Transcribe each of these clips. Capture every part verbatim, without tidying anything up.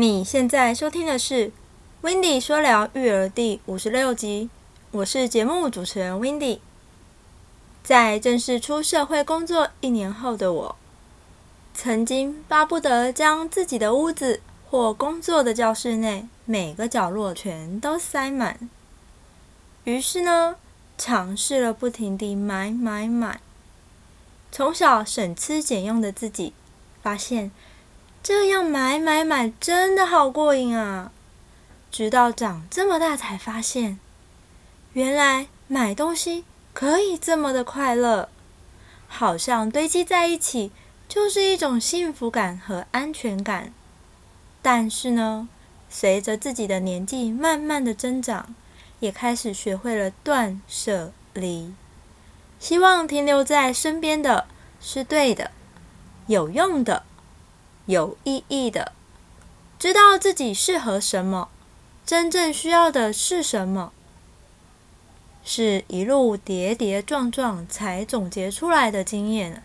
你现在收听的是 Windy 说聊育儿第五十六集，我是节目主持人 Windy。 在正式出社会工作一年后的我，曾经巴不得将自己的屋子或工作的教室内每个角落全都塞满，于是呢，尝试了不停地买买买。从小省吃俭用的自己，发现这样买买买真的好过瘾啊！直到长这么大才发现，原来买东西可以这么的快乐，好像堆积在一起就是一种幸福感和安全感。但是呢，随着自己的年纪慢慢的增长，也开始学会了断舍离，希望停留在身边的是对的、有用的、有意义的，知道自己适合什么，真正需要的是什么，是一路跌跌撞撞才总结出来的经验，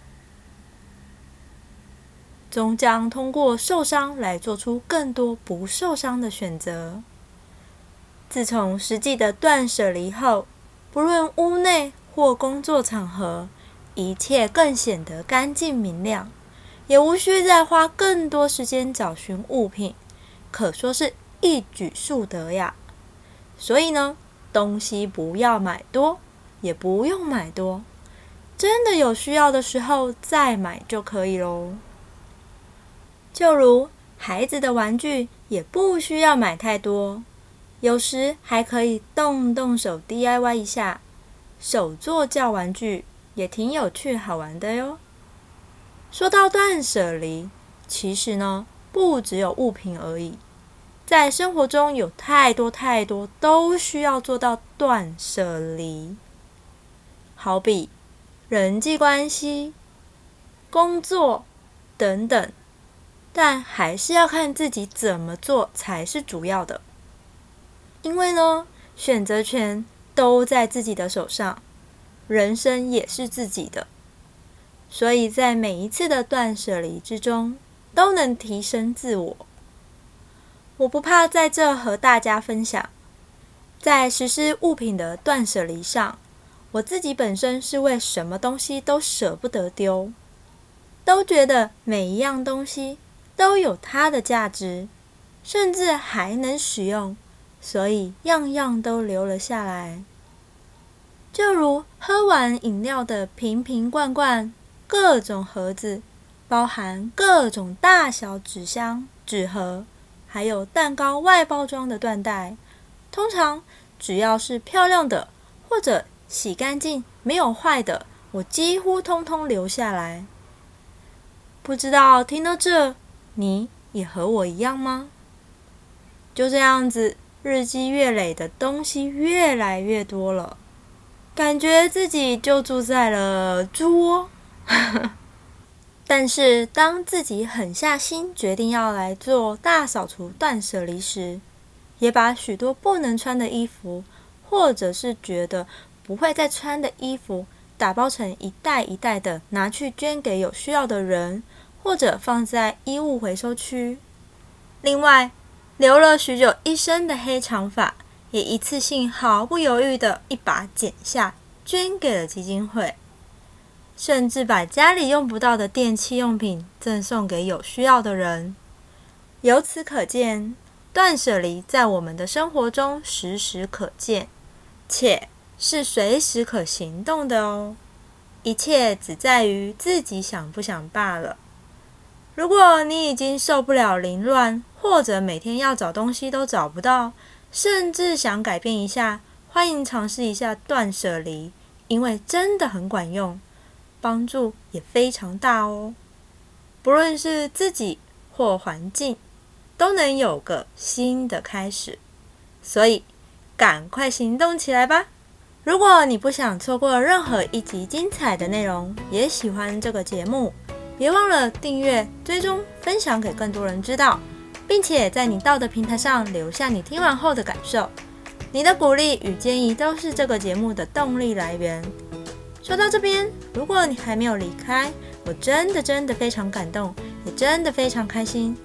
终将通过受伤来做出更多不受伤的选择。自从实际的断舍离后，不论屋内或工作场合，一切更显得干净明亮，也无需再花更多时间找寻物品，可说是一举数得呀。所以呢，东西不要买多，也不用买多，真的有需要的时候再买就可以咯。就如孩子的玩具也不需要买太多，有时还可以动动手 D I Y 一下，手做教玩具也挺有趣好玩的哟。说到断舍离，其实呢，不只有物品而已，在生活中有太多太多都需要做到断舍离。好比人际关系、工作等等，但还是要看自己怎么做才是主要的。因为呢，选择权都在自己的手上，人生也是自己的，所以在每一次的断舍离之中，都能提升自我。我不怕在这和大家分享，在实施物品的断舍离上，我自己本身是为什么东西都舍不得丢，都觉得每一样东西都有它的价值，甚至还能使用，所以样样都留了下来。就如喝完饮料的瓶瓶罐罐，各种盒子，包含各种大小纸箱、纸盒，还有蛋糕外包装的缎带，通常只要是漂亮的或者洗干净没有坏的，我几乎通通留下来。不知道听到这，你也和我一样吗？就这样子，日积月累的东西越来越多了，感觉自己就住在了猪窝。但是当自己狠下心决定要来做大扫除断舍离时，也把许多不能穿的衣服，或者是觉得不会再穿的衣服，打包成一袋一袋的拿去捐给有需要的人，或者放在衣物回收区。另外，留了许久一身的黑长发，也一次性毫不犹豫的一把剪下，捐给了基金会。甚至把家里用不到的电器用品赠送给有需要的人。由此可见，断舍离在我们的生活中时时可见，且是随时可行动的哦。一切只在于自己想不想罢了。如果你已经受不了凌乱，或者每天要找东西都找不到，甚至想改变一下，欢迎尝试一下断舍离，因为真的很管用，帮助也非常大哦。不论是自己或环境，都能有个新的开始。所以，赶快行动起来吧！如果你不想错过任何一集精彩的内容，也喜欢这个节目，别忘了订阅、追踪、分享给更多人知道，并且在你到的平台上留下你听完后的感受。你的鼓励与建议都是这个节目的动力来源。说到这边，如果你还没有离开，我真的真的非常感动，也真的非常开心。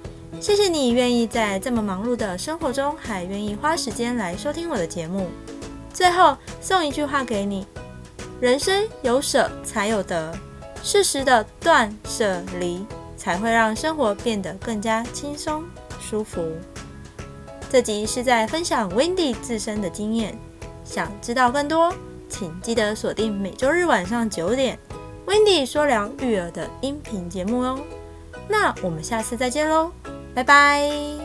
谢谢你愿意在这么忙碌的生活中还愿意花时间来收听我的节目。最后送一句话给你，人生有舍才有得，适时的断舍离才会让生活变得更加轻松舒服。这集是在分享 Wendy 自身的经验，想知道更多请记得锁定每周日晚上九点 Wendy 说聊育儿的音频节目哦。那我们下次再见咯，拜拜。